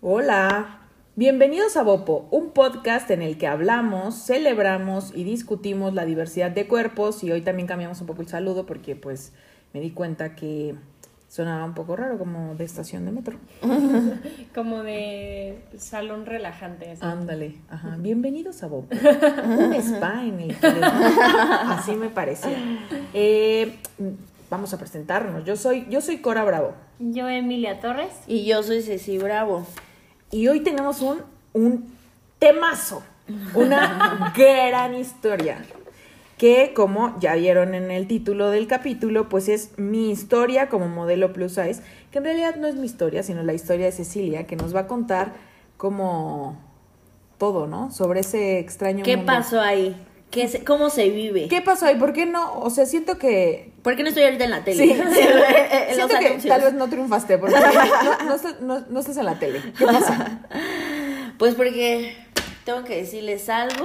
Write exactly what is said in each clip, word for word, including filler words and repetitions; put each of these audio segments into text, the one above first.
Hola, bienvenidos a Bopo, un podcast en el que hablamos, celebramos y discutimos la diversidad de cuerpos, y hoy también cambiamos un poco el saludo porque pues me di cuenta que sonaba un poco raro, como de estación de metro. Como de salón relajante. ¿Sí? Ándale, ajá. Bienvenidos a Bopo, un spa en el que así me parecía. Eh, vamos a presentarnos. Yo soy, yo soy Cora Bravo. Yo, Emilia Torres. Y yo soy Ceci Bravo. Y hoy tenemos un, un temazo, una gran historia, que como ya vieron en el título del capítulo, pues es mi historia como modelo plus size, que en realidad no es mi historia, sino la historia de Cecilia, que nos va a contar como todo, ¿no? Sobre ese extraño ¿Qué mundo. pasó ahí? ¿Qué se, ¿Cómo se vive? ¿Qué pasó ahí? ¿Por qué no? O sea, siento que... ¿Por qué no estoy ahorita en la tele? Sí, en siento los que anuncios. tal vez no triunfaste, porque no, no, estás, no, no estás en la tele. ¿Qué pasa? Pues porque tengo que decirles algo.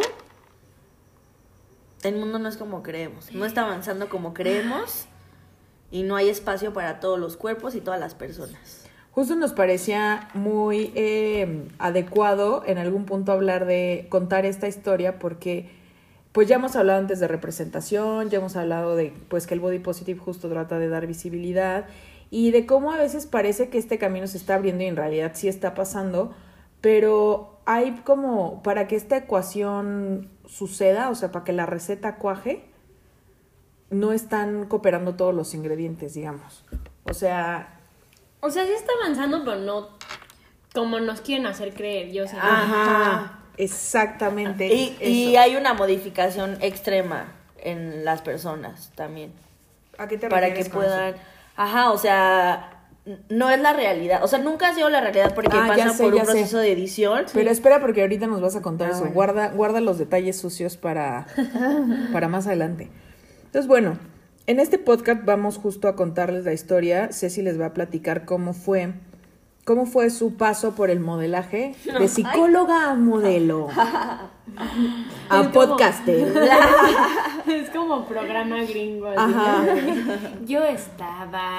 El mundo no es como creemos. No está avanzando como creemos. Y no hay espacio para todos los cuerpos y todas las personas. Justo nos parecía muy eh, adecuado en algún punto hablar de contar esta historia porque pues ya hemos hablado antes de representación, ya hemos hablado de pues que el body positive justo trata de dar visibilidad y de cómo a veces parece que este camino se está abriendo y en realidad sí está pasando, pero hay como para que esta ecuación suceda, o sea, para que la receta cuaje, no están cooperando todos los ingredientes, digamos. O sea... O sea, sí está avanzando, pero no como nos quieren hacer creer. Yo sé. Ajá. Exactamente. Y, y hay una modificación extrema en las personas también. ¿A qué te Para refieres que con puedan... eso? Ajá, o sea, no es la realidad. O sea, nunca ha sido la realidad porque Ah, ya pasa sé, por un ya sé. proceso de edición. Pero espera porque ahorita nos vas a contar Ah, eso. bueno. Guarda, guarda los detalles sucios para, para más adelante. Entonces, bueno, en este podcast vamos justo a contarles la historia. Ceci les va a platicar cómo fue... ¿Cómo fue su paso por el modelaje? De psicóloga a modelo. A Es podcaster. Como, es como programa gringo. Así. Ajá. Yo estaba.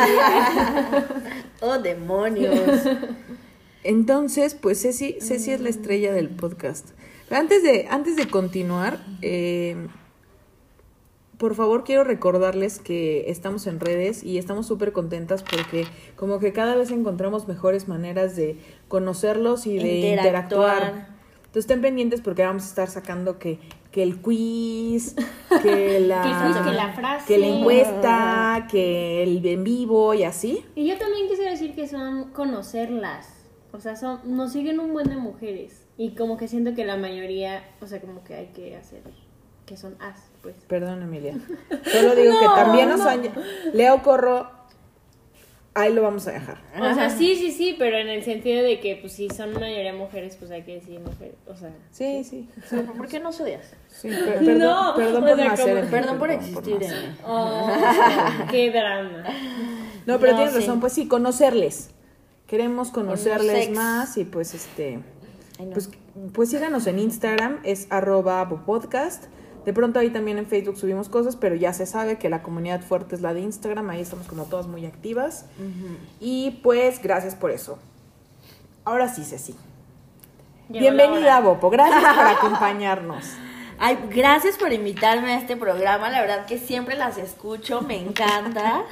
¡Oh, demonios! Entonces, pues Ceci, Ceci es la estrella del podcast. Pero antes de, antes de continuar, eh, por favor quiero recordarles que estamos en redes y estamos súper contentas porque como que cada vez encontramos mejores maneras de conocerlos y de interactuar. Interactuar. Entonces estén pendientes porque vamos a estar sacando que, que el quiz, que la, Que el quiz, que la frase. que la encuesta, que el en vivo y así. Y yo también quisiera decir que son conocerlas. O sea, son nos siguen un buen de mujeres. Y como que siento que la mayoría, o sea, como que hay que hacer que son as, pues. Perdón, Emilia. Solo digo No, que también nos no. han... Leo Corro, ahí lo vamos a dejar. O sea, sí, sí, sí, pero en el sentido de que, pues, si son mayoría mujeres, pues hay que decir mujeres, o sea... Sí, sí. sí, ¿Por qué no odias? sí, per- perdón, No, perdón o por sea, nacer como- en mí, Perdón por existir nacer. en mí. Oh, qué drama. No, pero No, tienes sí. razón, pues sí, conocerles. Queremos conocerles sex. más y pues este... Ay, no. Pues, pues síganos en Instagram, es arroba podcast. De pronto ahí también en Facebook subimos cosas, pero ya se sabe que la comunidad fuerte es la de Instagram, ahí estamos como todas muy activas. Ujú. Y pues gracias por eso. Ahora sí, Ceci. Llegó la Bienvenida a hora. Bopo, gracias por acompañarnos. Ay, gracias por invitarme a este programa. La verdad que siempre las escucho, me encanta.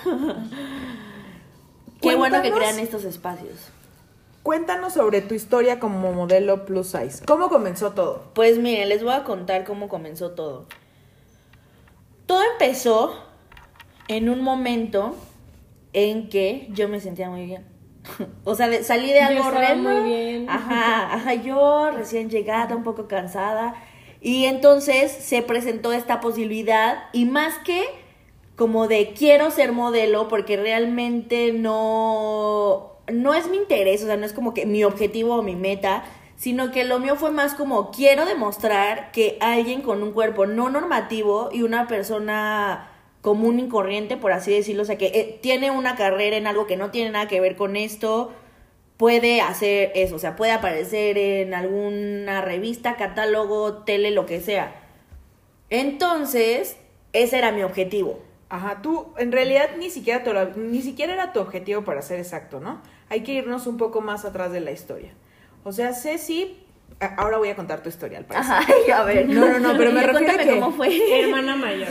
Qué bueno que Cuéntanos. crean estos espacios. Cuéntanos sobre tu historia como modelo plus size. ¿Cómo comenzó todo? Pues miren, les voy a contar cómo comenzó todo. Todo empezó en un momento en que yo me sentía muy bien. O sea, de- salí de Yo algo estaba horrendo. muy bien. Ajá, ajá, yo recién llegada, un poco cansada. Y entonces se presentó esta posibilidad y más que como de quiero ser modelo porque realmente no... no es mi interés, o sea, no es como que mi objetivo o mi meta, sino que lo mío fue más como quiero demostrar que alguien con un cuerpo no normativo y una persona común y corriente, por así decirlo, o sea, que eh, tiene una carrera en algo que no tiene nada que ver con esto, puede hacer eso, o sea, puede aparecer en alguna revista, catálogo, tele, lo que sea. Entonces, ese era mi objetivo. Ajá, tú en realidad ni siquiera, te lo- ni siquiera era tu objetivo para ser exacto, ¿no? Hay que irnos un poco más atrás de la historia. O sea, Ceci, a- ahora voy a contar tu historia, al parecer. Ajá, a ver. No, no, no, pero me refiero a Cuéntame que... cómo fue. Hermana mayor.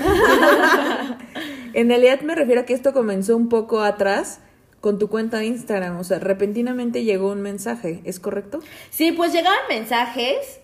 En realidad me refiero a que esto comenzó un poco atrás con tu cuenta de Instagram. O sea, repentinamente llegó un mensaje, ¿es correcto? Sí, pues llegaban mensajes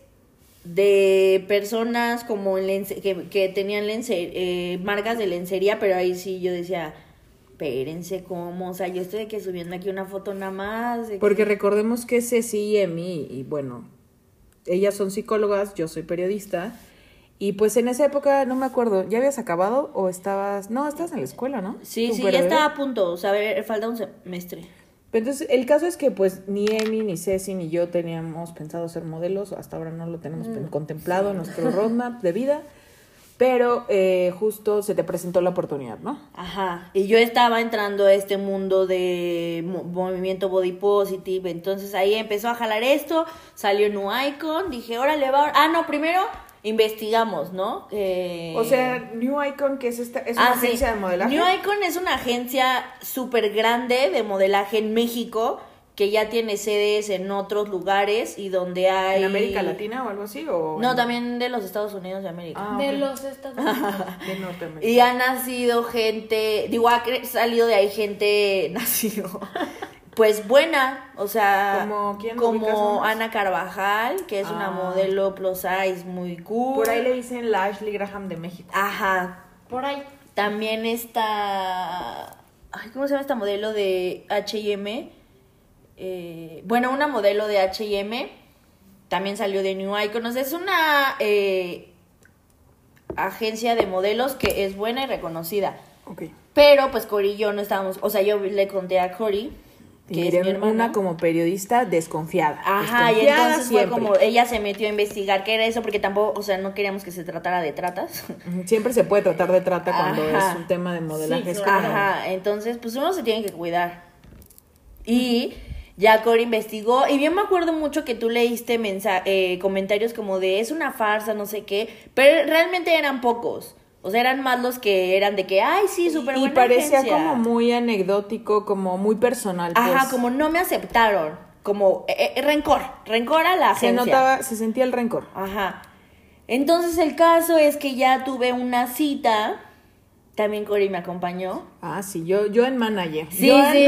de personas como en lence- que, que tenían lence- eh, marcas de lencería, pero ahí sí yo decía, espérense, ¿cómo? O sea, yo estoy de que subiendo aquí una foto nada más. de que- Porque recordemos que Ceci y Emi, y bueno, ellas son psicólogas, yo soy periodista, y pues en esa época, no me acuerdo, ¿ya habías acabado o estabas...? No, estabas en la escuela, ¿no? Sí, sí, Súper ya bebé. estaba a punto, o sea, a ver, falta un semestre. Pero entonces, el caso es que pues ni Emi, ni Ceci, ni yo teníamos pensado ser modelos, hasta ahora no lo tenemos pen- contemplado en nuestro roadmap de vida, pero eh, justo se te presentó la oportunidad, ¿no? Ajá, y yo estaba entrando a este mundo de mo- movimiento body positive, entonces ahí empezó a jalar esto, salió New Icon, dije, órale, va, ah, no, primero investigamos, ¿no? Eh, O sea, New Icon, que es esta, es una ah, sí. agencia de modelaje. New Icon es una agencia súper grande de modelaje en México, que ya tiene sedes en otros lugares y donde hay... ¿En América Latina o algo así? O No, en- también de los Estados Unidos de América. Ah, De ok. los Estados Unidos. De Norteamérica. Y ha nacido gente, digo, ha cre- salido de ahí gente, nacido, pues buena, o sea, ¿Como quién ubicas como nomás? Ana Carvajal, que es una Ah. modelo plus size muy cool. Por ahí le dicen la Ashley Graham de México. Ajá, Por ahí. también está, ay, ¿cómo se llama esta modelo de H y M? Eh, bueno, una modelo de H y M, también salió de New Icon, o sea, es una eh, agencia de modelos que es buena y reconocida. Ok. Pero pues Cory y yo no estábamos, o sea, yo le conté a Cory, Y que es mi Miriam, hermana. una como periodista desconfiada. Ajá, y Desconfiada entonces siempre. fue como, ella se metió a investigar qué era eso, porque tampoco, o sea, no queríamos que se tratara de tratas. Ujú, siempre se puede tratar de trata cuando Ajá. es un tema de modelaje. Sí, es claro. como- Ajá, entonces pues uno se tiene que cuidar. Y ya Cory investigó, y bien me acuerdo mucho que tú leíste mensa eh, comentarios como de, es una farsa, no sé qué, pero realmente eran pocos. O sea, eran más los que eran de que, ay, sí, súper Y buena parecía agencia. como muy anecdótico, como muy personal. Ajá, pues. como no me aceptaron, como eh, eh, rencor, rencor a la Se agencia. notaba, se sentía el rencor. Ajá. Entonces el caso es que ya tuve una cita, también Cory me acompañó. Ah, sí, yo, yo en manager. Sí, Yo sí, en-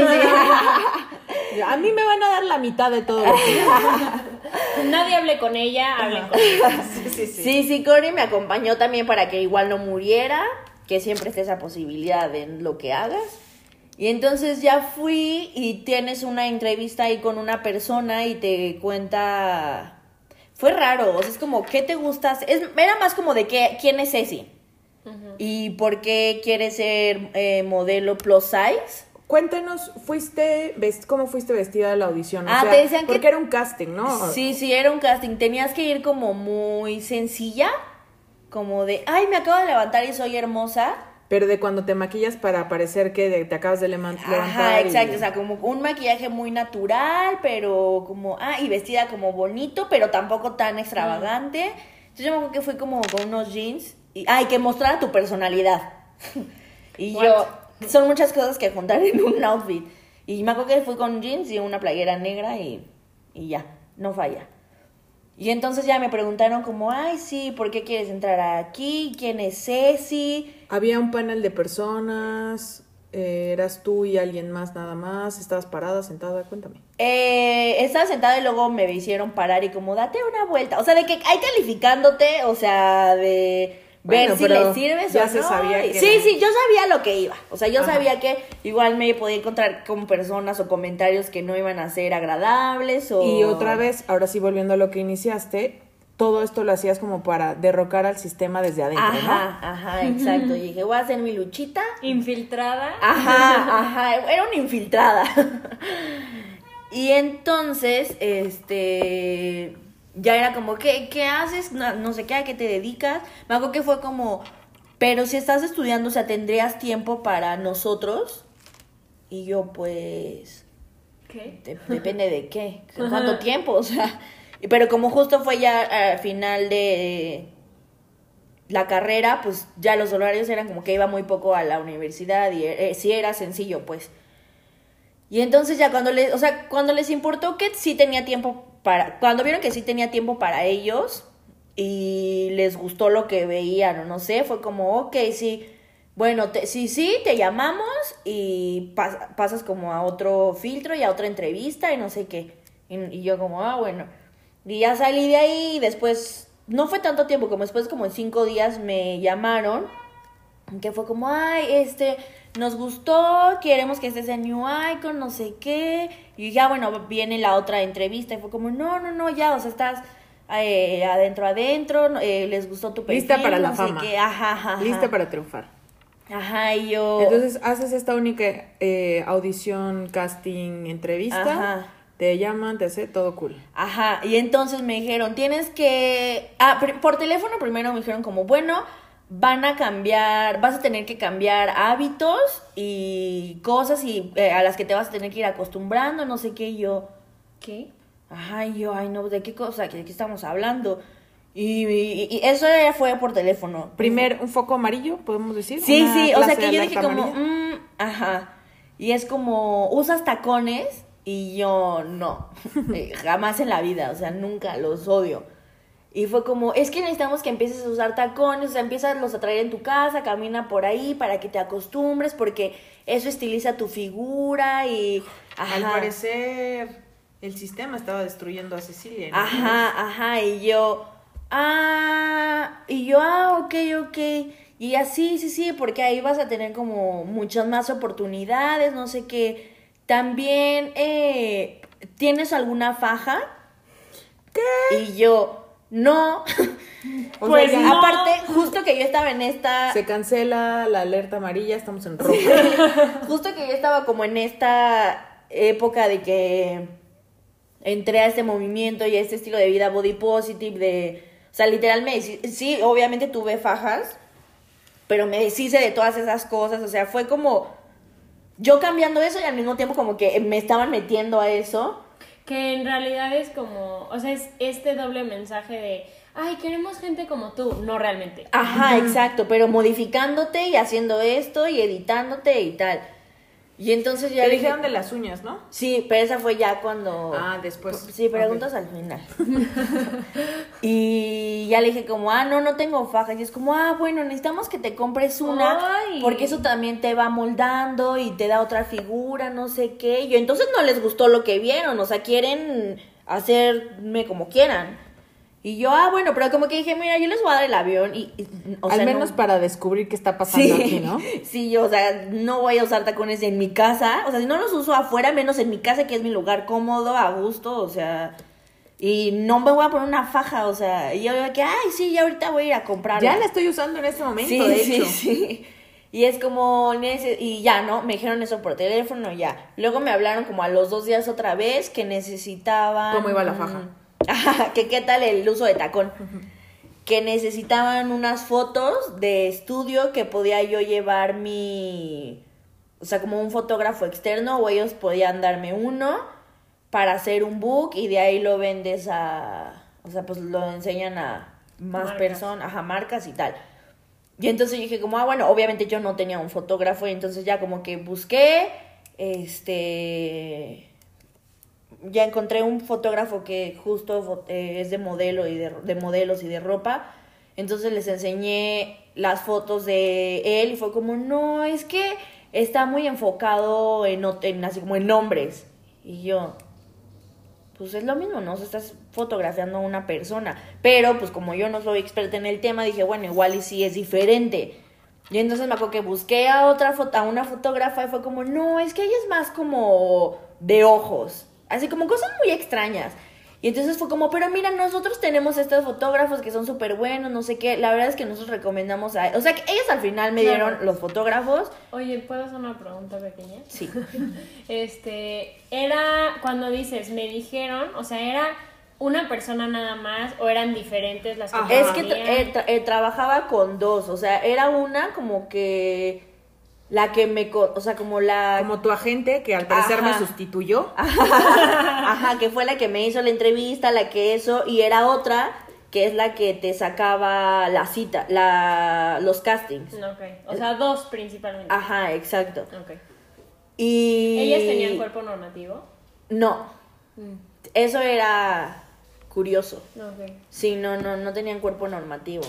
sí. A mí me van a dar la mitad de todo lo que... Nadie hable con ella, hable con ella. Sí, sí, sí. Sí, sí, Cory me acompañó también para que igual no muriera, que siempre esté esa posibilidad en lo que hagas. Y entonces ya fui y tienes una entrevista ahí con una persona y te cuenta... Fue raro, o sea, es como, ¿qué te gustas? Es, era más como de qué, quién es Ceci y por qué quieres ser eh, modelo plus size. Cuéntanos, fuiste, ves- ¿cómo fuiste vestida a la audición? O Ah, sea, te decían que- porque era un casting, ¿no? Sí, sí, era un casting. Tenías que ir como muy sencilla, como de, ay, me acabo de levantar y soy hermosa. Pero de cuando te maquillas para parecer que de- te acabas de leman- levantar. Ajá, y- exacto, o sea, como un maquillaje muy natural, pero como, ah, y vestida como bonito, pero tampoco tan extravagante. Entonces yo me acuerdo que fui como con unos jeans, y, ay, que mostrara tu personalidad. Y What? yo, son muchas cosas que juntar en un outfit. Y me acuerdo que fui con jeans y una playera negra y, y ya, no falla. Y entonces ya me preguntaron como, ay, sí, ¿por qué quieres entrar aquí? ¿Quién es Ceci? Había un panel de personas, eh, eras tú y alguien más nada más, estabas parada, sentada, cuéntame. Eh, estaba sentada y luego me hicieron parar y como, date una vuelta. O sea, de que hay calificándote, o sea, de ver Bueno, si pero le sirves ya o se no. sabía Y- que sí, era- sí, yo sabía lo que iba. O sea, yo Ajá. sabía que igual me podía encontrar con personas o comentarios que no iban a ser agradables o... Y otra vez, ahora sí volviendo a lo que iniciaste, todo esto lo hacías como para derrocar al sistema desde adentro, Ajá, ajá, exacto. Y dije, voy a hacer mi luchita. Infiltrada. Ajá, ajá, era una infiltrada. Y entonces, este, ya era como, ¿qué, qué haces? No, no sé qué, ¿a qué te dedicas? Me acuerdo que fue como, pero si estás estudiando, o sea, ¿tendrías tiempo para nosotros? Y yo, pues, ¿Qué? de- depende de qué, cuánto tiempo, o sea, pero como justo fue ya al final de la carrera, pues ya los horarios eran como que iba muy poco a la universidad y eh, sí era sencillo, pues. Y entonces ya cuando les, o sea, cuando les importó que sí tenía tiempo para, cuando vieron que sí tenía tiempo para ellos y les gustó lo que veían o no sé, fue como, ok, sí, bueno, te, sí, sí, te llamamos y pas, pasas como a otro filtro y a otra entrevista y no sé qué. Y, y yo como, ah, bueno. Y ya salí de ahí y después... No fue tanto tiempo, como después como en cinco días me llamaron, que fue como, ay, este, nos gustó, queremos que estés en New Icon, no sé qué, y ya, bueno, viene la otra entrevista, y fue como, no, no, no, ya, o sea, estás eh, adentro, adentro, eh, les gustó tu perfil, lista para la no fama, sé qué, ajá, ajá, ajá. Lista para triunfar. Ajá, y yo... Entonces, haces esta única eh, audición, casting, entrevista... Ajá. Te llaman, te hace todo cool. Ajá, y entonces me dijeron, tienes que... Ah, por teléfono primero me dijeron como, bueno, van a cambiar, vas a tener que cambiar hábitos y cosas y eh, a las que te vas a tener que ir acostumbrando, no sé qué, y yo... ¿Qué? Ajá, y yo, ay, no, ¿de qué cosa? ¿De qué estamos hablando? Y, y, y eso ya fue por teléfono. Primer, un foco amarillo, podemos decir. Sí, Una sí, o sea clase que de yo dije alerta como, amarilla. mm, ajá, y es como, ¿usas tacones? Y yo, no, eh, jamás en la vida, o sea, nunca, los odio. Y fue como, es que necesitamos que empieces a usar tacones, o sea, empiezas los a traer en tu casa, camina por ahí para que te acostumbres, porque eso estiliza tu figura y... Ajá. Al parecer, el sistema estaba destruyendo a Cecilia, ¿no? Ajá, ajá, y yo, ah, y yo, ah, ok, ok. Y así, sí, sí, porque ahí vas a tener como muchas más oportunidades, no sé qué. También, eh, ¿tienes alguna faja? ¿Qué? Y yo, no. O Pues sea, ya- aparte, justo que yo estaba en esta... Se cancela la alerta amarilla, estamos en rojo. Justo que yo estaba como en esta época de que entré a este movimiento y a este estilo de vida body positive, de... O sea, literalmente, sí, obviamente tuve fajas, pero me deshice de todas esas cosas, o sea, fue como... Yo cambiando eso y al mismo tiempo como que me estaban metiendo a eso. Que en realidad es como, o sea, es este doble mensaje de, ay, queremos gente como tú, no realmente. Ajá, exacto, pero modificándote y haciendo esto y editándote y tal. Y entonces ya Te dije- dijeron de las uñas, ¿no? Sí, pero esa fue ya cuando... Ah, después. Sí, preguntas al final. Y ya le dije como, ah, no, no tengo fajas. Y es como, ah, bueno, necesitamos que te compres una. Ay. Porque eso también te va moldando y te da otra figura, no sé qué. Y entonces no les gustó lo que vieron. O sea, quieren hacerme como quieran. Y yo, ah, bueno, pero como que dije, mira, yo les voy a dar el avión y... y, o Al sea, menos no- para descubrir qué está pasando Sí, aquí, ¿no? sí, yo, o sea, no voy a usar tacones en mi casa, o sea, si no los uso afuera, menos en mi casa, que es mi lugar cómodo, a gusto, o sea, y no me voy a poner una faja, o sea, y yo digo que, ay, sí, ya ahorita voy a ir a comprarla. Ya la estoy usando en este momento, Sí, de sí, hecho. sí. Y es como, nece- y ya, ¿no? Me dijeron eso por teléfono, ya. Luego me hablaron como a los dos días otra vez que necesitaban... ¿Cómo iba la faja? Ajá, que qué tal el uso de tacón. Que necesitaban unas fotos de estudio que podía yo llevar mi... O sea, como un fotógrafo externo o ellos podían darme uno para hacer un book y de ahí lo vendes a... O sea, pues lo enseñan a más Marcas. personas, ajá, marcas y tal. Y entonces yo dije como, ah, bueno, obviamente yo no tenía un fotógrafo y entonces ya como que busqué, este... Ya encontré un fotógrafo que justo fo- eh, es de modelo y de, de modelos y de ropa. Entonces les enseñé las fotos de él y fue como, no, es que está muy enfocado en, ot- en así como en hombres. Y yo, pues es lo mismo, ¿no? O sea, estás fotografiando a una persona. Pero pues como yo no soy experta en el tema, dije, bueno, igual y sí es diferente. Y entonces me acuerdo que busqué a otra foto, a una fotógrafa y fue como, no, es que ella es más como de ojos. Así como cosas muy extrañas. Y entonces fue como, pero mira, nosotros tenemos estos fotógrafos que son súper buenos, no sé qué. La verdad es que nosotros recomendamos a... O sea, que ellos al final me Claro. dieron los fotógrafos. Oye, ¿puedo hacer una pregunta pequeña? Sí. Este, era, cuando dices, me dijeron, o sea, ¿era una persona nada más o eran diferentes las que Ajá. te Es que tra- ponían? eh, tra- eh, trabajaba con dos. O sea, era una como que... La que me... co- O sea, como la... Como tu agente, que al parecer me Ajá. sustituyó. Ajá, que fue la que me hizo la entrevista, la que eso, y era otra que es la que te sacaba la cita, la, los castings. Ok, o sea, dos principalmente. Ajá, exacto. Ok. Y... ¿Ellas tenían cuerpo normativo? No, Mm. eso era curioso. Ok. Sí, no, no, no tenían cuerpo normativo.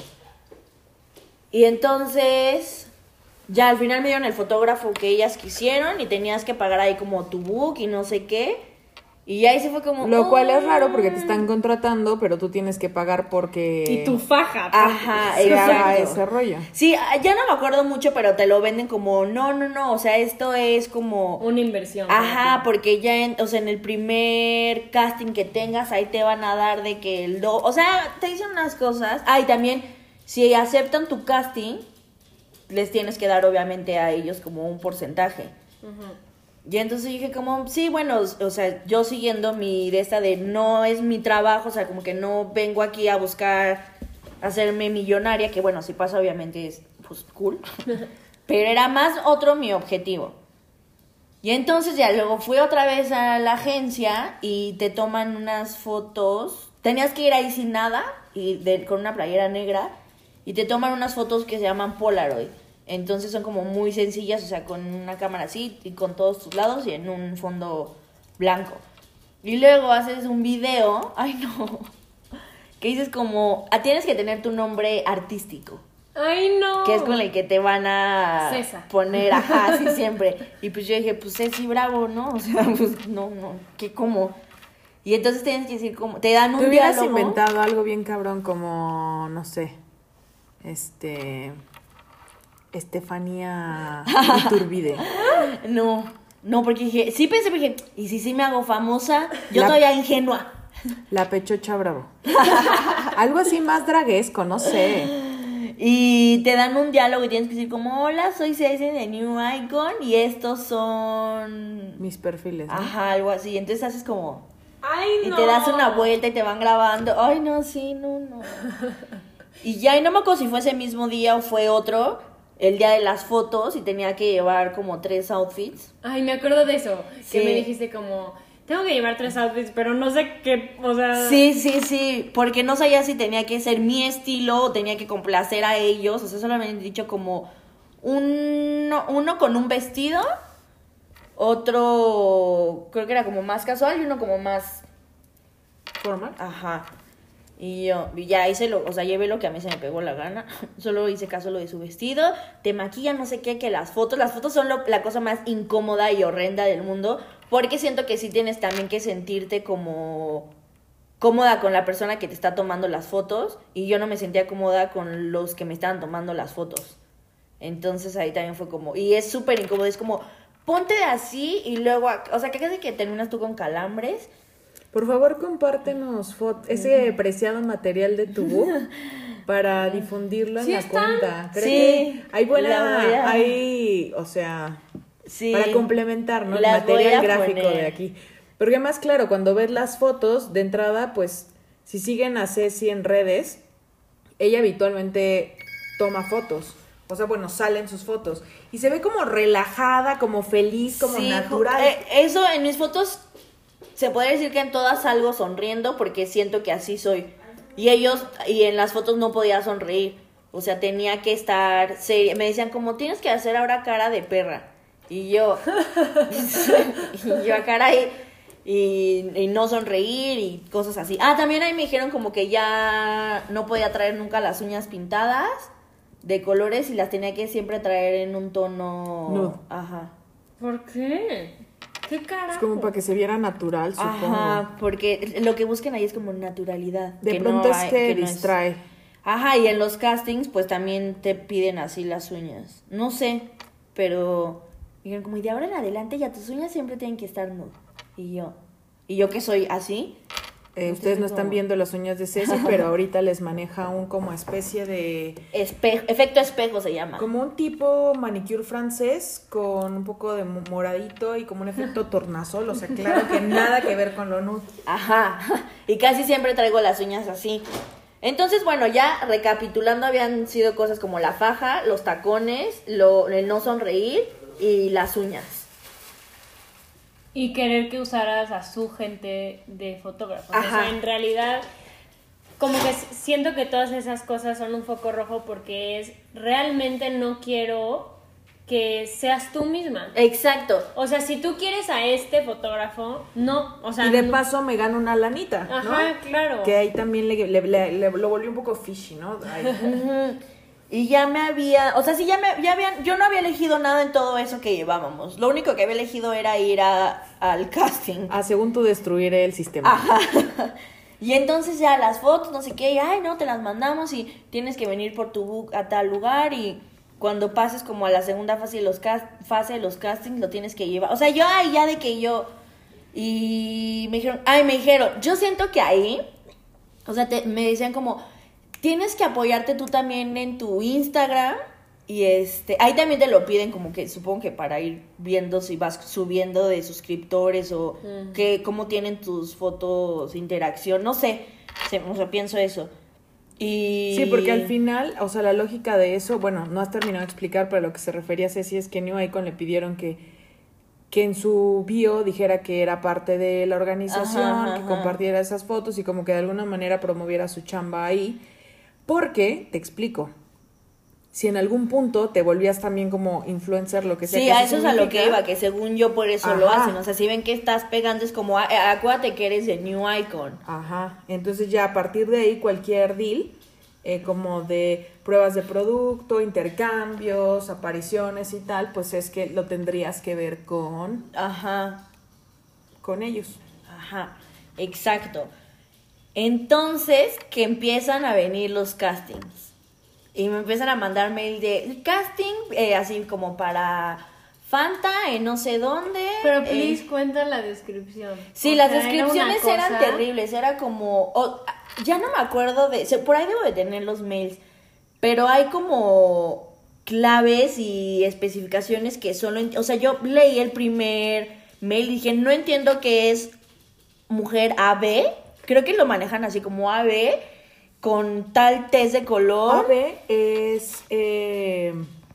Y entonces, ya al final me dieron el fotógrafo que ellas quisieron y tenías que pagar ahí como tu book y no sé qué. Y ya ahí se fue como... Lo cual es raro "Ay". porque te están contratando, pero tú tienes que pagar porque Y tu faja. Ajá, se haga exacto. ese rollo. Sí, ya no me acuerdo mucho, pero te lo venden como, no, no, no, o sea, esto es como... Una inversión. Ajá, porque ya en, o sea, en el primer casting que tengas, ahí te van a dar de que el do... O sea, te dicen unas cosas. Ah, y también, si aceptan tu casting, les tienes que dar obviamente a ellos como un porcentaje. Ajá. Y entonces dije como, sí, bueno, o sea, yo siguiendo mi de esta de no es mi trabajo, o sea, como que no vengo aquí a buscar hacerme millonaria, que bueno, si pasa obviamente es pues cool, pero era más otro mi objetivo. Y entonces ya luego fui otra vez a la agencia y te toman unas fotos, tenías que ir ahí sin nada y de, con una playera negra y te toman unas fotos que se llaman Polaroid. Entonces son como muy sencillas, o sea, con una cámara así y con todos tus lados y en un fondo blanco. Y luego haces un video, ay no, que dices como, ah, tienes que tener tu nombre artístico, Ay, no. que es con el que te van a César. poner, ajá, así siempre. Y pues yo dije, pues Ceci Bravo, ¿no? O sea, pues no, no, ¿qué cómo? Y entonces tienes que decir como, te dan un Te hubieras diálogo. inventado algo bien cabrón como, no sé, este... Estefanía Iturbide. No, no, porque dije, sí pensé, porque dije, ¿y si sí me hago famosa? Yo La- todavía ingenua. La Pechocha Bravo. Algo así más draguesco, no sé. Y te dan un diálogo y tienes que decir como, hola, soy Ceci de New Icon y estos son... Mis perfiles, ¿no? Ajá, algo así. Entonces haces como... Ay, Y no. te das una vuelta y te van grabando. Ay, no, sí, no, no. Y ya, y no me acuerdo si fue ese mismo día o fue otro, el día de las fotos, y tenía que llevar como tres outfits. Ay, me acuerdo de eso. Sí. Que me dijiste como, tengo que llevar tres outfits, pero no sé qué, o sea... Sí, sí, sí, porque no sabía si tenía que ser mi estilo o tenía que complacer a ellos. O sea, solamente he dicho como uno, uno con un vestido, otro creo que era como más casual y uno como más... Formal. Ajá. Y yo y ya hice lo, o sea, llevé lo que a mí se me pegó la gana. Solo hice caso lo de su vestido. Te maquillan, no sé qué, que las fotos. Las fotos son lo- la cosa más incómoda y horrenda del mundo. Porque siento que sí tienes también que sentirte como cómoda con la persona que te está tomando las fotos. Y yo no me sentía cómoda con los que me estaban tomando las fotos. Entonces ahí también fue como... Y es súper incómodo, es como... Ponte así y luego... O sea, que casi que terminas tú con calambres. Por favor, compártenos fot- ese preciado material de tu book para difundirlo en ¿Sí la están? cuenta. Creo Sí, que hay la voy buena, a- hay, o sea, Sí. para complementar, ¿no? El Las voy material a gráfico poner. de aquí. Porque más claro, cuando ves las fotos de entrada, pues, si siguen a Ceci en redes, ella habitualmente toma fotos. O sea, bueno, salen sus fotos. Y se ve como relajada, como feliz, como Sí, natural. eh, eso en mis fotos se puede decir que en todas salgo sonriendo porque siento que así soy. Y ellos, y en las fotos no podía sonreír. O sea, tenía que estar seria. Me decían como, tienes que hacer ahora cara de perra. Y yo, y yo a cara ahí, y, y no sonreír y cosas así. Ah, también ahí me dijeron como que ya no podía traer nunca las uñas pintadas de colores y las tenía que siempre traer en un tono... Nude. Ajá. ¿Por qué? ¿Qué carajo? Es como para que se viera natural, supongo. Ajá, porque lo que buscan ahí es como naturalidad. De que pronto no es hay- que no es- distrae. Ajá, y en los castings pues también te piden así las uñas. No sé, pero dijeron como, y de ahora en adelante ya tus uñas siempre tienen que estar nude. Y yo, y yo que soy así. Eh, Entonces, ustedes no están como- viendo las uñas de Ceci, pero ahorita les maneja un como especie de... Espejo, efecto espejo se llama. Como un tipo manicure francés con un poco de mo- moradito y como un efecto tornasol. O sea, claro que nada que ver con lo nude. Ajá, y casi siempre traigo las uñas así. Entonces, bueno, ya recapitulando, habían sido cosas como la faja, los tacones, lo, el no sonreír y las uñas. Y querer que usaras a su gente de fotógrafos. O Ajá. sea, en realidad, como que siento que todas esas cosas son un foco rojo porque es realmente no quiero que seas tú misma. Exacto. O sea, si tú quieres a este fotógrafo, no, o sea... Y de no... paso me gano una lanita, ¿no? Ajá, claro. Que ahí también le, le, le, le lo volvió un poco fishy, ¿no? Uh-huh. Y ya me había, o sea, sí, ya me, ya habían, yo no había elegido nada en todo eso que llevábamos. Lo único que había elegido era ir a, al casting. Ah, según tú destruir el sistema. Ajá. Y entonces ya las fotos, no sé qué, y ay, no, te las mandamos y tienes que venir por tu book a tal lugar y cuando pases como a la segunda fase de los, cast, fase de los castings lo tienes que llevar. O sea, yo ahí ya de que yo... Y me dijeron, ay, me dijeron, yo siento que ahí, o sea, te, me decían como, tienes que apoyarte tú también en tu Instagram y este, ahí también te lo piden como que, supongo que para ir viendo si vas subiendo de suscriptores o uh-huh. que cómo tienen tus fotos, interacción, no sé, o sea, pienso eso. Y... Sí, porque al final, o sea, la lógica de eso, bueno, no has terminado de explicar, pero lo que se refería a Ceci es que New Icon le pidieron que, que en su bio dijera que era parte de la organización, ajá, ajá, que compartiera esas fotos y como que de alguna manera promoviera su chamba ahí, porque, te explico, si en algún punto te volvías también como influencer, lo que sea. Sí, que a eso significa, es a lo que iba, que según yo por eso ajá. lo hacen, o sea, si ven que estás pegando es como, acuérdate que eres de New Icon. Ajá, entonces ya a partir de ahí cualquier deal, eh, como de pruebas de producto, intercambios, apariciones y tal, pues es que lo tendrías que ver con... Ajá. Con ellos. Ajá, exacto. Entonces, que empiezan a venir los castings. Y me empiezan a mandar mail de casting, eh, así como para Fanta, en no sé dónde. Pero please eh, cuenta la descripción. Sí, o las sea, descripciones era eran terribles, era como... Oh, ya no me acuerdo de... Por ahí debo de tener los mails, pero hay como claves y especificaciones que solo... O sea, yo leí el primer mail y dije, no entiendo qué es mujer A B. Creo que lo manejan así como A B... con tal test de color. A B es eh,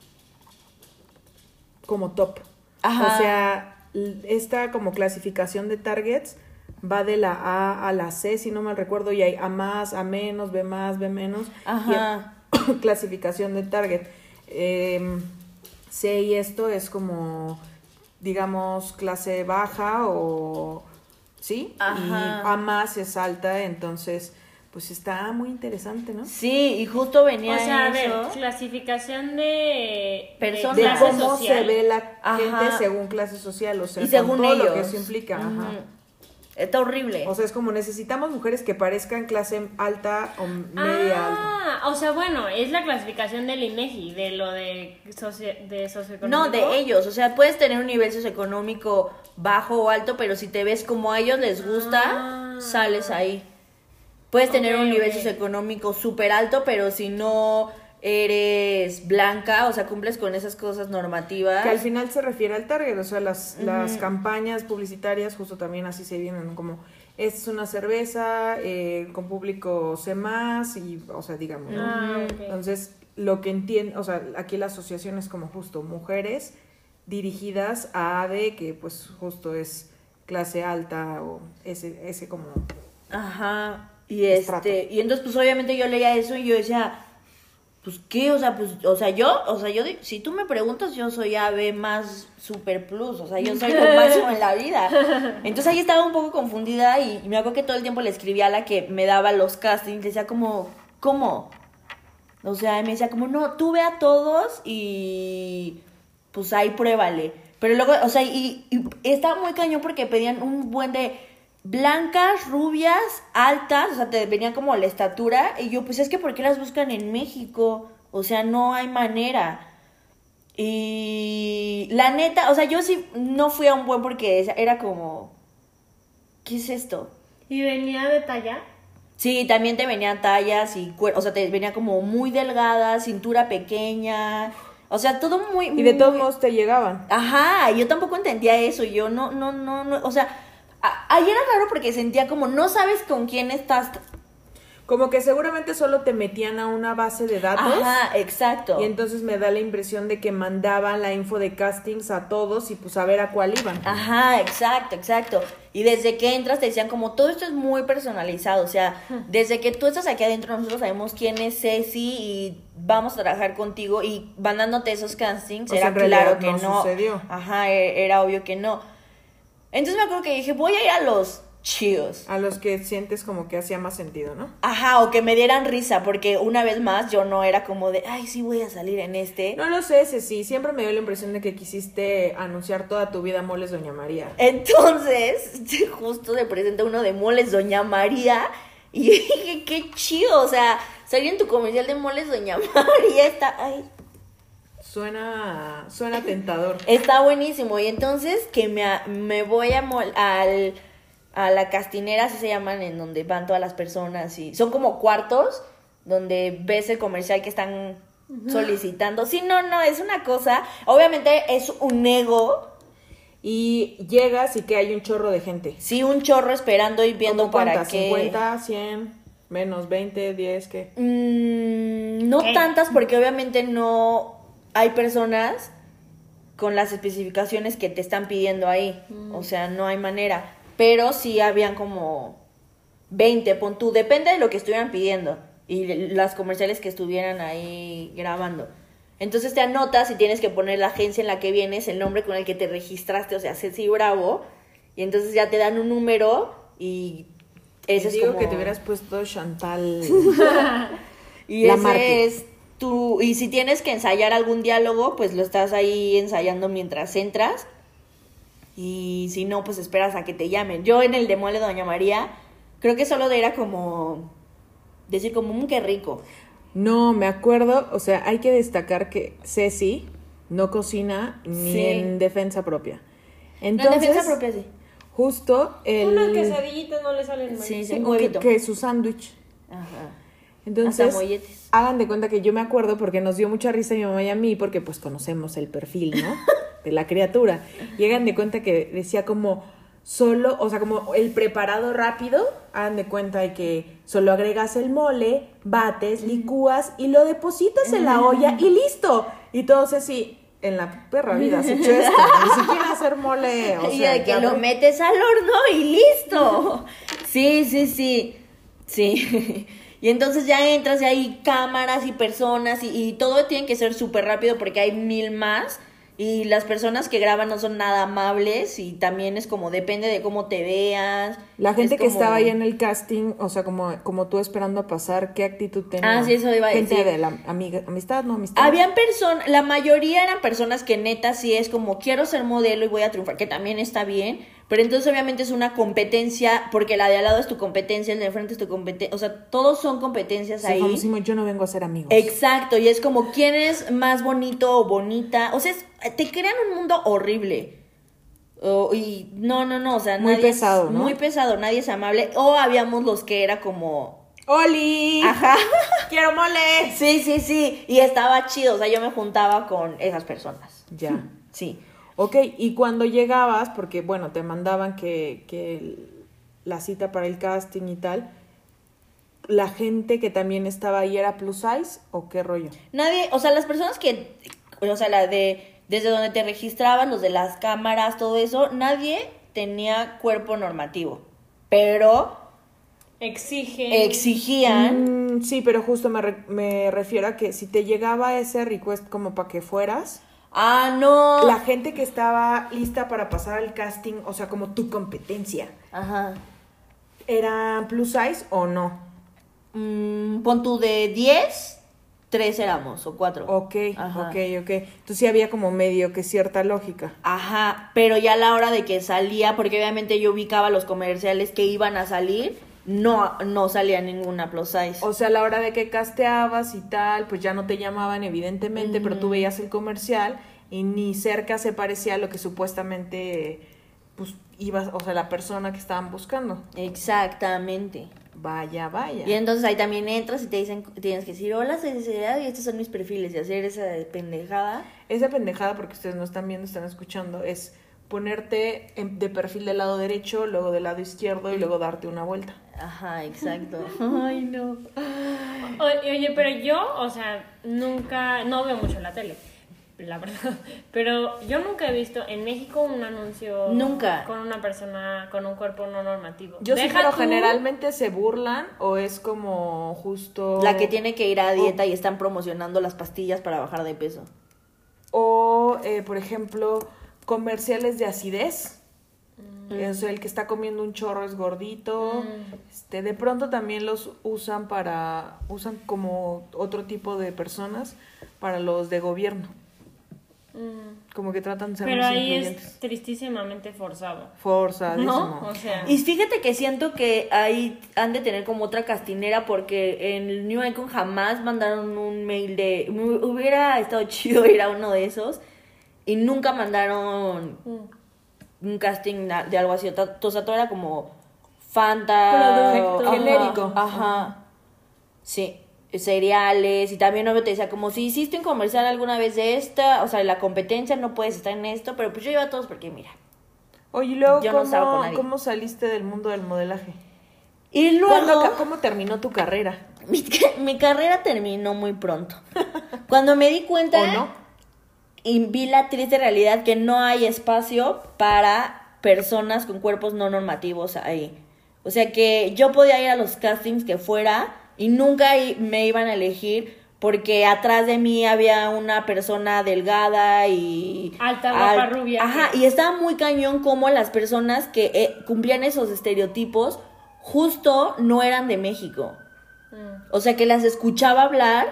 como top. Ajá. O sea, esta como clasificación de targets va de la A a la C, si no mal recuerdo, y hay A más, A menos, B más, B menos. Ajá. Y clasificación de target. Eh, C y esto es como, digamos, clase baja o... ¿Sí? Ajá. Y A más es alta, entonces... Pues está muy interesante, ¿no? Sí, y justo venía o sea, eso. a ver, clasificación de personas, de clase cómo social. se ve la ajá. gente según clase social, o sea, y según todo ellos. lo que eso implica. Uh-huh. Ajá. Está horrible. O sea, es como necesitamos mujeres que parezcan clase alta o media ah, alta. O sea, bueno, es la clasificación del INEGI, de lo de, socio, de socioeconómico. No, de ellos, o sea, puedes tener un nivel socioeconómico bajo o alto, pero si te ves como a ellos les gusta, ah. sales ahí. Puedes okay, tener un nivel okay. socioeconómico súper alto, pero si no eres blanca, o sea, cumples con esas cosas normativas. Que al final se refiere al target, o sea, las, uh-huh. las campañas publicitarias justo también así se vienen, ¿no? Como, esta es una cerveza eh, con público C más, y, o sea, digamos, ¿no? Ah, okay. Entonces, lo que entiendo, o sea, aquí la asociación es como justo mujeres dirigidas a A D, que pues justo es clase alta o ese, ese como... Ajá. Y este, y entonces pues obviamente yo leía eso y yo decía, pues qué, o sea, pues, o sea, yo, o sea, yo, si tú me preguntas, yo soy A B más super plus, o sea, yo soy lo máximo en la vida. Entonces ahí estaba un poco confundida y, y me acuerdo que todo el tiempo le escribía a la que me daba los castings, le decía como, ¿cómo? O sea, me decía como, no, tú ve a todos y pues ahí pruébale. Pero luego, o sea, y, y estaba muy cañón porque pedían un buen de... blancas, rubias, altas, o sea, te venían como la estatura, y yo, pues es que ¿por qué las buscan en México? O sea, no hay manera. Y la neta, o sea, yo sí no fui a un buen porque era como, ¿qué es esto? ¿Y venía de talla? Sí, también te venían tallas y, o sea, te venía como muy delgada, cintura pequeña, o sea, todo muy... Y de muy... todos modos te llegaban. Ajá, yo tampoco entendía eso, yo no, no, no, no, o sea... Ayer era raro porque sentía como no sabes con quién estás. Como que seguramente solo te metían a una base de datos. Ajá, exacto. Y entonces me da la impresión de que mandaban la info de castings a todos y pues a ver a cuál iban. Ajá, exacto, exacto. Y desde que entras te decían como todo esto es muy personalizado, o sea, desde que tú estás aquí adentro nosotros sabemos quién es Ceci y vamos a trabajar contigo y van dándote esos castings, O sea, era en realidad claro que no no. sucedió. Ajá, e- era obvio que no. Entonces me acuerdo que dije, voy a ir a los chidos. A los que sientes como que hacía más sentido, ¿no? Ajá, o que me dieran risa, porque una vez más yo no era como de, ay, sí voy a salir en este. No lo sé, Ceci, siempre me dio la impresión de que quisiste anunciar toda tu vida Moles Doña María. Entonces, justo se presenta uno de Moles Doña María y dije, qué chido, o sea, salir en tu comercial de Moles Doña María está, ay, Suena, suena tentador. está buenísimo. Y entonces que me, a- me voy a mol- al, a la castinera, así se llaman, en donde van todas las personas y son como cuartos donde ves el comercial que están solicitando. Sí, no, no, es una cosa, obviamente es un ego. Y llegas y que hay un chorro de gente. Sí, un chorro esperando y viendo ¿Cómo para cuántas? que... ¿cincuenta, cien, menos veinte, diez, qué? Mm, no ¿Qué? tantas porque obviamente no hay personas con las especificaciones que te están pidiendo ahí. Mm. O sea, no hay manera. Pero sí habían como veinte, pon tú. Depende de lo que estuvieran pidiendo y de las comerciales que estuvieran ahí grabando. Entonces te anotas y tienes que poner la agencia en la que vienes, el nombre con el que te registraste, o sea, Ceci Bravo. Y entonces ya te dan un número y ese es Digo como... que te hubieras puesto Chantal. Y La ese Marque. es tu... Y si tienes que ensayar algún diálogo, pues lo estás ahí ensayando mientras entras. Y si no, pues esperas a que te llamen. Yo en el de Mole Doña María, creo que solo era como... Decir como, mmm, qué rico. No, me acuerdo, o sea, hay que destacar que Ceci no cocina ni Sí. en defensa propia. No, en Entonces, defensa propia sí. justo el... Una quesadillita no le salen mal. Sí, Sí, un que, huevito. que su sándwich. Ajá. Entonces, Hasta molletes. hagan de cuenta que yo me acuerdo porque nos dio mucha risa a mi mamá y a mí porque pues conocemos el perfil, ¿no? De la criatura. Y hagan de cuenta que decía como solo, o sea, como el preparado rápido, hagan de cuenta de que solo agregas el mole, bates, licúas y lo depositas en la olla y listo. Y todos así, en la perra vida has hecho esto, ni siquiera hacer mole, o y sea, de que ya lo ve- metes al horno y listo. Sí, sí, sí. Sí. Y entonces ya entras y hay cámaras y personas y, y todo tiene que ser súper rápido porque hay mil más. Y las personas que graban no son nada amables y también es como depende de cómo te veas. La gente Es que como- estaba ahí en el casting, o sea, como, como tú esperando a pasar, ¿qué actitud tenía? Ah, sí, eso iba a Gente decir. de la amiga, amistad, no amistad. Habían personas, la mayoría eran personas que neta sí es como quiero ser modelo y voy a triunfar, que también está bien, pero entonces obviamente es una competencia, porque la de al lado es tu competencia, el de enfrente es tu competencia, o sea, todos son competencias Sí, ahí. famosísimo, yo no vengo a ser amigos. Exacto, y es como quién es más bonito o bonita, o sea, es- te crean un mundo horrible. O- y no, no, no, o sea, Muy nadie es- pesado, ¿no? muy pesado, nadie es amable, o habíamos los que era como ¡Oli! ajá. ¡Quiero mole! Sí, sí, sí, y estaba chido, o sea, yo me juntaba con esas personas. Ya. Sí. Ok, y cuando llegabas, porque bueno, te mandaban que, que el- la cita para el casting y tal, ¿la gente que también estaba ahí era plus size o qué rollo? Nadie, o sea, las personas que, o sea, la de, desde donde te registraban, los de las cámaras, todo eso, nadie tenía cuerpo normativo, pero Exigen. exigían, Mm, sí, pero justo me, re- me refiero a que si te llegaba ese request como para que fueras, ah, no, la gente que estaba lista para pasar al casting, o sea, como tu competencia, ajá, ¿era plus size o no? mm, pon tú de diez, tres éramos, o cuatro. Ok, Ajá. ok, ok. Entonces sí había como medio que cierta lógica. Ajá, pero ya a la hora de que salía, porque obviamente yo ubicaba los comerciales que iban a salir, no, no salía ninguna plus size. O sea, a la hora de que casteabas y tal, pues ya no te llamaban evidentemente, pero tú veías el comercial y ni cerca se parecía a lo que supuestamente pues ibas, o sea, la persona que estaban buscando. Exactamente. Vaya, vaya. Y entonces ahí también entras y te dicen, tienes que decir, hola, sinceridad, y estos son mis perfiles, y hacer esa pendejada. Esa pendejada, porque ustedes no están viendo, están escuchando, es ponerte en- de perfil del lado derecho, luego del lado izquierdo y luego darte una vuelta. Ajá, exacto. Ay, no. O- Oye, pero yo, o sea, nunca, no veo mucho la tele, la verdad, pero yo nunca he visto en México un anuncio Nunca. con una persona con un cuerpo no normativo. Yo sí, Deja pero tú- generalmente se burlan o es como justo... La que tiene que ir a dieta y están promocionando las pastillas para bajar de peso. O, eh, por ejemplo, comerciales de acidez. Mm. O sea, el que está comiendo un chorro es gordito. Mm. Este, de pronto también los usan para, usan como otro tipo de personas para los de gobierno. Mm. Como que tratan de ser Pero más ahí influyentes. es tristísimamente forzado. Forzadísimo. ¿No? O sea, Y fíjate que siento que ahí han de tener como otra castinera porque en el New Icon jamás mandaron un mail de... Hubiera estado chido ir a uno de esos y nunca mandaron mm. un casting na- de algo así. O ta- o sea, todo era como Fanta. Producto. ajá, Genérico. Ajá. Sí. Cereales. Y también obvio te decía como si hiciste un comercial alguna vez de esta. O sea, la competencia no puedes estar en esto. Pero pues yo iba a todos porque mira. Oye, y luego, Yo no salgo con ¿cómo, nadie. ¿cómo saliste del mundo del modelaje? Y ¿Cuándo luego... ca- ¿Cómo terminó tu carrera? Mi, ca- mi carrera terminó muy pronto. Cuando me di cuenta ¿O no? y vi la triste realidad que no hay espacio para personas con cuerpos no normativos ahí. O sea que yo podía ir a los castings que fuera y nunca i- me iban a elegir porque atrás de mí había una persona delgada y... Alta, guapa, rubia. Ajá, y estaba muy cañón como las personas que eh, cumplían esos estereotipos justo no eran de México. Mm. O sea, que las escuchaba hablar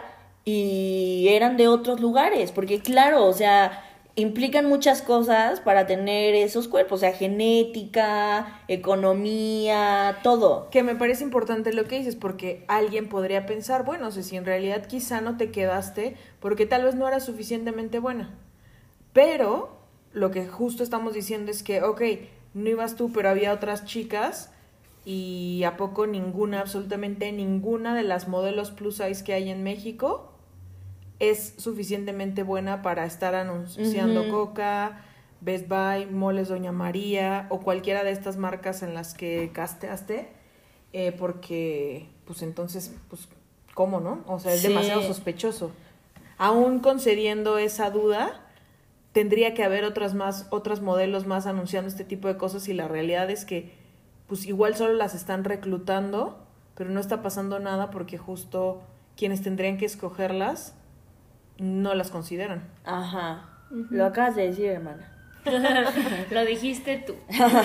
y eran de otros lugares, porque claro, o sea, implican muchas cosas para tener esos cuerpos, o sea, genética, economía, todo. Que me parece importante lo que dices, porque alguien podría pensar, bueno, o sea, si en realidad quizá no te quedaste porque tal vez no eras suficientemente buena. Pero lo que justo estamos diciendo es que, ok, no ibas tú, pero había otras chicas y ¿a poco ninguna, absolutamente ninguna de las modelos plus size que hay en México es suficientemente buena para estar anunciando Ujú. Coca, Best Buy, Moles Doña María o cualquiera de estas marcas en las que casteaste? Eh, porque, pues entonces, pues, ¿cómo no? O sea, es Sí. demasiado sospechoso. Aún concediendo esa duda, tendría que haber otras más, otras modelos más anunciando este tipo de cosas y la realidad es que, pues igual solo las están reclutando, pero no está pasando nada porque justo quienes tendrían que escogerlas no las consideran. Ajá. Lo acabas de decir, hermana. Lo dijiste tú.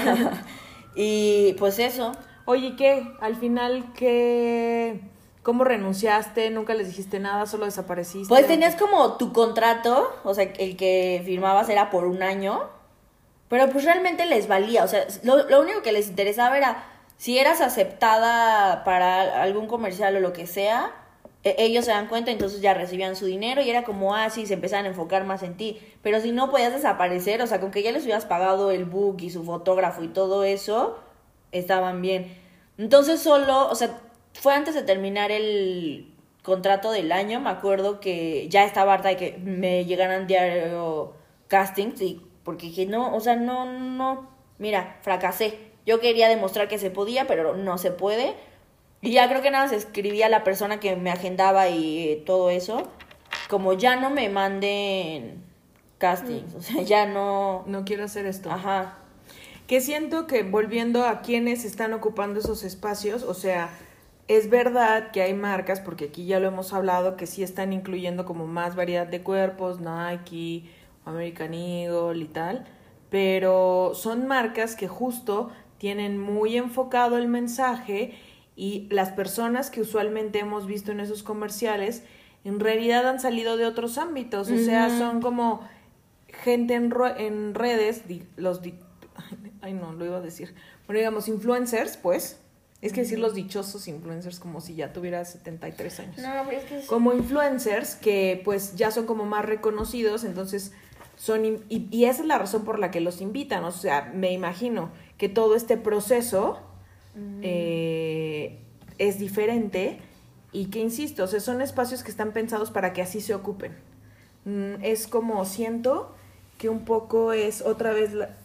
Y pues eso. Oye, ¿qué? Al final, ¿qué? ¿Cómo renunciaste? ¿Nunca les dijiste nada? ¿Solo desapareciste? Pues tenías como tu contrato, o sea, el que firmabas era por un año, pero pues realmente les valía, o sea, lo, lo único que les interesaba era si eras aceptada para algún comercial o lo que sea, e- ellos se dan cuenta, entonces ya recibían su dinero y era como, ah, sí, se empezaban a enfocar más en ti, pero si no podías desaparecer, o sea, con que ya les hubieras pagado el book y su fotógrafo y todo eso, estaban bien. Entonces solo, o sea, fue antes de terminar el contrato del año, me acuerdo que ya estaba harta de que me llegaran diario castings y porque dije, no, o sea, no, no, mira, fracasé. Yo quería demostrar que se podía, pero no se puede. Y ya creo que nada más escribí a la persona que me agendaba y eh, todo eso, como ya no me manden castings, o sea, ya no... No quiero hacer esto. Ajá. Que siento que volviendo a quienes están ocupando esos espacios, o sea, es verdad que hay marcas, porque aquí ya lo hemos hablado, que sí están incluyendo como más variedad de cuerpos, Nike, American Eagle y tal, pero son marcas que justo tienen muy enfocado el mensaje y las personas que usualmente hemos visto en esos comerciales en realidad han salido de otros ámbitos, o sea, Ujú. son como gente en, ro- en redes, di- los di- ay no, lo iba a decir, bueno, digamos influencers, pues, es que decir los dichosos influencers como si ya tuviera setenta y tres años. No, pero es que... es- Como influencers que pues ya son como más reconocidos, entonces son, in- y, y esa es la razón por la que los invitan, o sea, me imagino que todo este proceso eh, es diferente y que insisto, o sea, son espacios que están pensados para que así se ocupen. Mm, es como siento que un poco es otra vez la-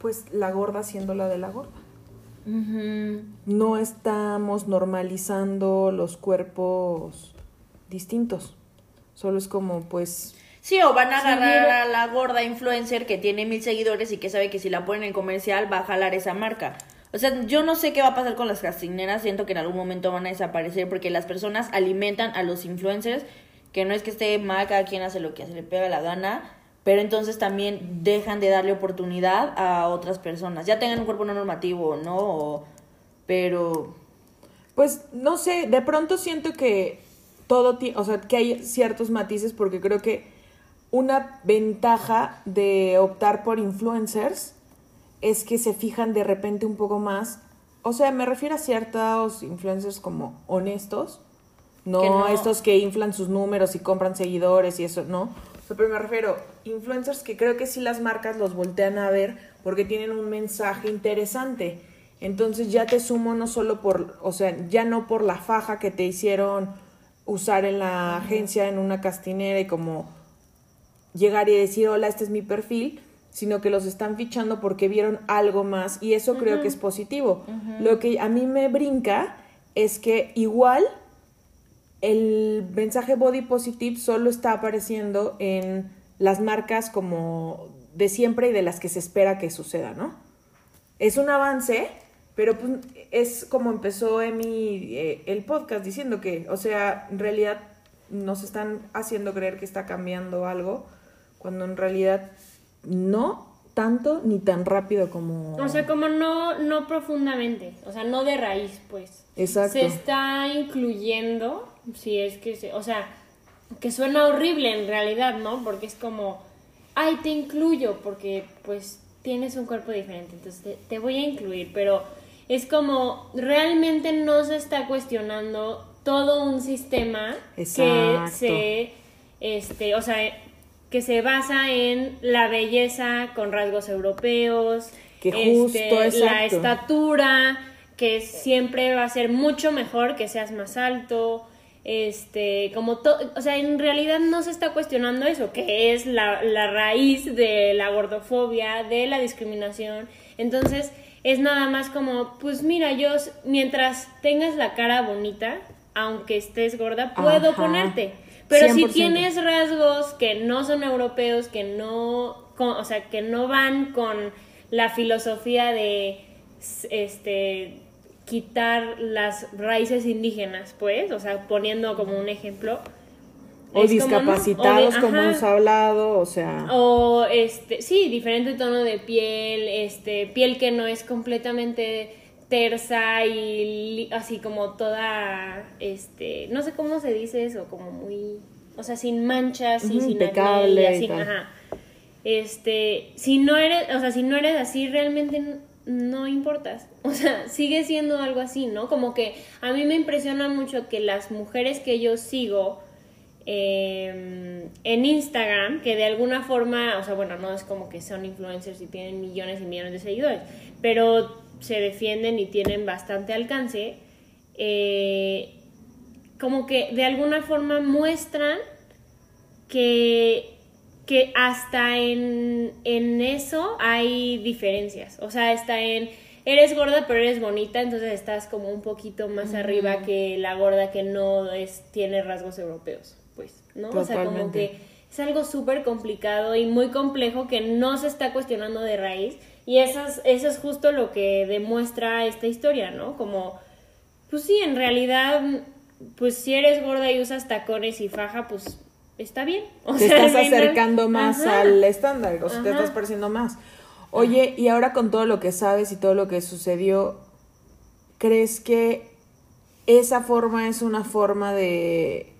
pues la gorda siendo la de la gorda. Uh-huh. No estamos normalizando los cuerpos distintos. Solo es como, pues... Sí, o van a Sí, agarrar mira. a la gorda influencer que tiene mil seguidores y que sabe que si la ponen en comercial va a jalar esa marca. O sea, yo no sé qué va a pasar con las gastineras, siento que en algún momento van a desaparecer porque las personas alimentan a los influencers, que no es que esté mal, cada quien hace lo que se le pega la gana, pero entonces también dejan de darle oportunidad a otras personas, ya tengan un cuerpo no normativo o no, o, pero... Pues, no sé, de pronto siento que todo tiene, o sea, que hay ciertos matices porque creo que una ventaja de optar por influencers es que se fijan de repente un poco más, o sea, me refiero a ciertos influencers como honestos, no, Que no. estos que inflan sus números y compran seguidores y eso, no, o sea, pero me refiero influencers que creo que sí las marcas los voltean a ver porque tienen un mensaje interesante. Entonces ya te sumo no solo por, o sea, ya no por la faja que te hicieron usar en la agencia, en una castinera y como llegar y decir, hola, este es mi perfil, sino que los están fichando porque vieron algo más y eso uh-huh. creo que es positivo. Uh-huh. Lo que a mí me brinca es que igual el mensaje body positive solo está apareciendo en las marcas como de siempre y de las que se espera que suceda, ¿no? Es un avance, pero pues es como empezó Emi eh, el podcast diciendo que, o sea, en realidad nos están haciendo creer que está cambiando algo, cuando en realidad no tanto ni tan rápido como... O sea, como no, no profundamente, o sea, no de raíz, pues. Exacto. Se está incluyendo, si es que se... O sea, que suena horrible en realidad, ¿no? Porque es como, ay, te incluyo, porque pues tienes un cuerpo diferente, entonces te, te voy a incluir, pero es como, realmente no se está cuestionando todo un sistema Exacto. que se, este, o sea, que se basa en la belleza con rasgos europeos, que justo, este, la exacto. estatura, que siempre va a ser mucho mejor que seas más alto, este, como todo, o sea, en realidad no se está cuestionando eso, que es la, la raíz de la gordofobia, de la discriminación. Entonces, es nada más como, pues mira, yo, mientras tengas la cara bonita, aunque estés gorda, puedo Ajá. ponerte. Pero cien por ciento. si tienes rasgos que no son europeos, que no, con, o sea, que no van con la filosofía de, este, quitar las raíces indígenas, pues, o sea, poniendo como un ejemplo. O discapacitados, como, ¿no? o de, como hemos hablado, o sea... O, este, sí, diferente tono de piel, este, piel que no es completamente tersa y así como toda, este, no sé cómo se dice eso, como muy, o sea, sin manchas y uh-huh, sin impecable acné, y así, ajá. Este, si no eres, o sea, si no eres así, realmente no importas, o sea, sigue siendo algo así, ¿no? Como que a mí me impresiona mucho que las mujeres que yo sigo eh, en Instagram, que de alguna forma, o sea, bueno, no es como que son influencers y tienen millones y millones de seguidores, pero se defienden y tienen bastante alcance, eh, como que de alguna forma muestran que, que hasta en, en eso hay diferencias, o sea, está en, eres gorda pero eres bonita, entonces estás como un poquito más uh-huh. arriba que la gorda que no es, tiene rasgos europeos, pues, ¿no? Totalmente. O sea, como que es algo súper complicado y muy complejo que no se está cuestionando de raíz. Y eso es, eso es justo lo que demuestra esta historia, ¿no? Como, pues sí, en realidad, pues si eres gorda y usas tacones y faja, pues está bien. O te sea, estás acercando más ajá. al estándar, o sea, Ajá. te estás pareciendo más. Oye, y ahora con todo lo que sabes y todo lo que sucedió, ¿crees que esa forma es una forma de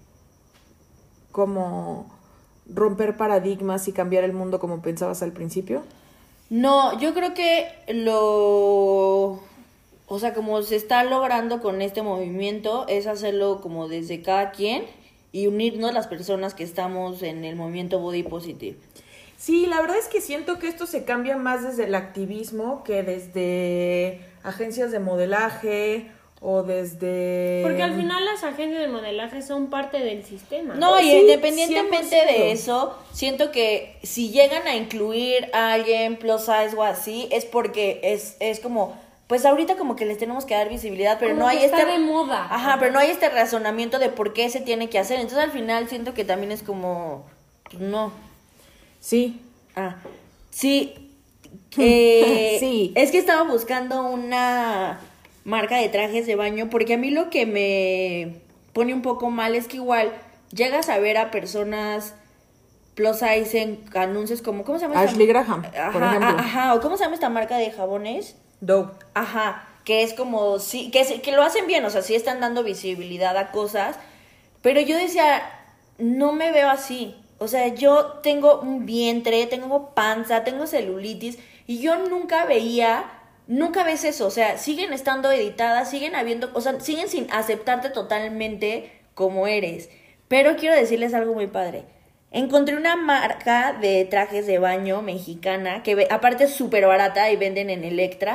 como romper paradigmas y cambiar el mundo como pensabas al principio? No, yo creo que lo, o sea, como se está logrando con este movimiento es hacerlo como desde cada quien y unirnos las personas que estamos en el movimiento body positive. Sí, la verdad es que siento que esto se cambia más desde el activismo que desde agencias de modelaje o desde... Porque al final las agencias de modelaje son parte del sistema. No, y Sí, independientemente cien por ciento. de eso, siento que si llegan a incluir a alguien plus size o así, es porque es, es como, pues ahorita como que les tenemos que dar visibilidad, pero Como no hay que está este... de moda. Ajá, pero no hay este razonamiento de por qué se tiene que hacer. Entonces al final siento que también es como, pues, no. Sí, Ah, sí. Eh, Sí. Es que estaba buscando una marca de trajes de baño porque a mí lo que me pone un poco mal es que igual llegas a ver a personas plus size en anuncios como, ¿cómo se llama? esta- Ashley Graham, Ajá, por ejemplo. ajá, o ¿cómo se llama esta marca de jabones? Dove. Ajá, que es como, sí, que, se- que lo hacen bien, o sea, sí están dando visibilidad a cosas, pero yo decía, no me veo así, o sea, yo tengo un vientre, tengo panza, tengo celulitis, y yo nunca veía, nunca ves eso, o sea, siguen estando editadas, siguen habiendo, o sea, siguen sin aceptarte totalmente como eres, pero quiero decirles algo muy padre. Encontré una marca de trajes de baño mexicana que ve- aparte es súper barata y venden en Electra.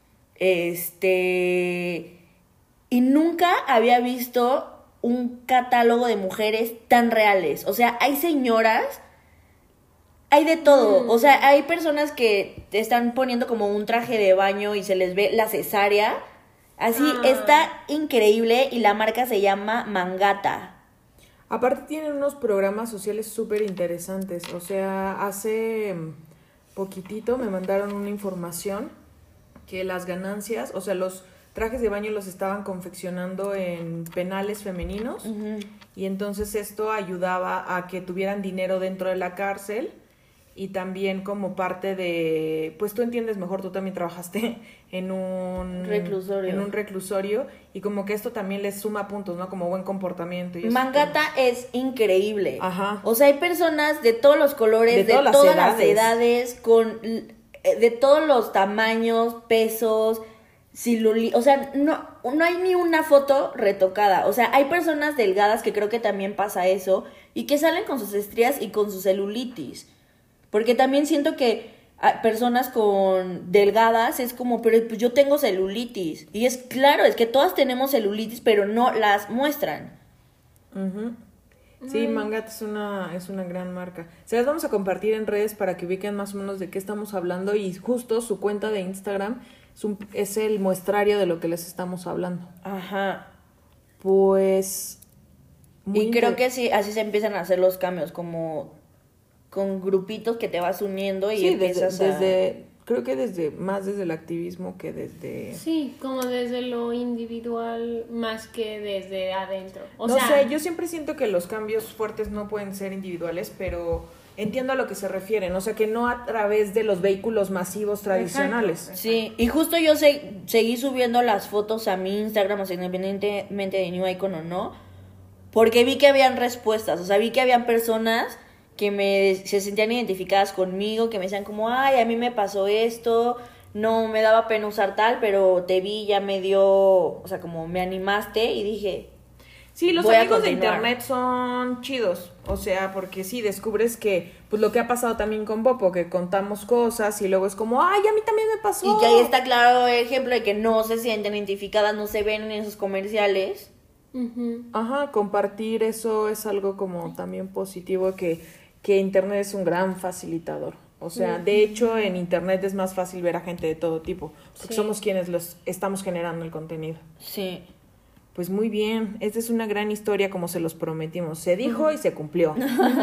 Este. Y nunca había visto un catálogo de mujeres tan reales. O sea, hay señoras, hay de todo. Mm. O sea, hay personas que te están poniendo como un traje de baño y se les ve la cesárea. Así, Ah. está increíble y la marca se llama Mangata. Aparte tienen unos programas sociales súper interesantes. O sea, hace mm, poquitito me mandaron una información que las ganancias, o sea, los trajes de baño los estaban confeccionando en penales femeninos Ujú. y entonces esto ayudaba a que tuvieran dinero dentro de la cárcel y también como parte de, pues tú entiendes mejor, tú también trabajaste en un Reclusorio. en un reclusorio y como que esto también les suma puntos, ¿no? Como buen comportamiento y eso. Mangata es increíble. Ajá. O sea, hay personas de todos los colores, De de, todas todas, las las edades. edades, con eh, de todos los tamaños, pesos, celuli- o sea, no, no hay ni una foto retocada. O sea, hay personas delgadas que creo que también pasa eso y que salen con sus estrías y con su celulitis. Porque también siento que a personas con delgadas es como, pero pues yo tengo celulitis. Y es claro, es que todas tenemos celulitis, pero no las muestran. Ujú. Sí, Mangat es una, es una gran marca. Se las vamos a compartir en redes para que ubiquen más o menos de qué estamos hablando y justo su cuenta de Instagram es, un, es el muestrario de lo que les estamos hablando. Ajá. Pues... muy Y creo inter- que sí, así se empiezan a hacer los cambios, como con grupitos que te vas uniendo y Sí, desde, empiezas a... desde, creo que desde, más desde el activismo que desde... Sí, como desde lo individual más que desde adentro. O no sea, sé, yo siempre siento que los cambios fuertes no pueden ser individuales, pero entiendo a lo que se refieren, o sea, que no a través de los vehículos masivos tradicionales. Sí, y justo yo se- seguí subiendo las fotos a mi Instagram, o sea, independientemente de New Icon o no, porque vi que habían respuestas, o sea, vi que habían personas que me se sentían identificadas conmigo, que me decían como, ay, a mí me pasó esto, no me daba pena usar tal, pero te vi, ya me dio, o sea, como me animaste y dije, Sí, los Voy a amigos de continuar. internet son chidos, o sea, porque sí, descubres que, pues lo que ha pasado también con Bopo, que contamos cosas y luego es como, ay, a mí también me pasó. y que ahí está claro el ejemplo de que no se sienten identificadas, no se ven en esos comerciales. ujú. Ajá, compartir eso es algo como también positivo, que, que internet es un gran facilitador. O sea, de hecho, en internet es más fácil ver a gente de todo tipo, porque Sí. somos quienes los estamos generando el contenido. Sí. Pues muy bien, esta es una gran historia como se los prometimos. Se dijo y se cumplió.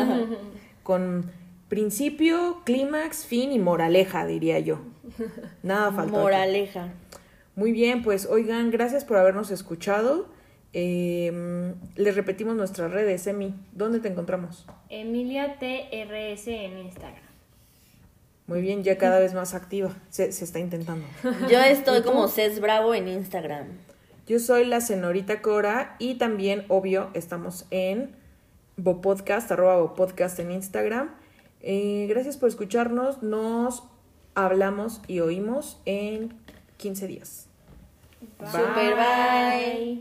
Con principio, clímax, fin y moraleja, diría yo. Nada faltó aquí. Moraleja. Muy bien, pues oigan, gracias por habernos escuchado. Eh, les repetimos nuestras redes, Emi. ¿Dónde te encontramos? Emilia T R S en Instagram. Muy bien, ya cada vez más activa. Se, se está intentando. Yo estoy ¿Y tú? como Cés Bravo en Instagram. Yo soy la señorita Cora y también, obvio, estamos en Bopodcast, arroba Bopodcast en Instagram. Eh, gracias por escucharnos. Nos hablamos y oímos en quince días. Super bye.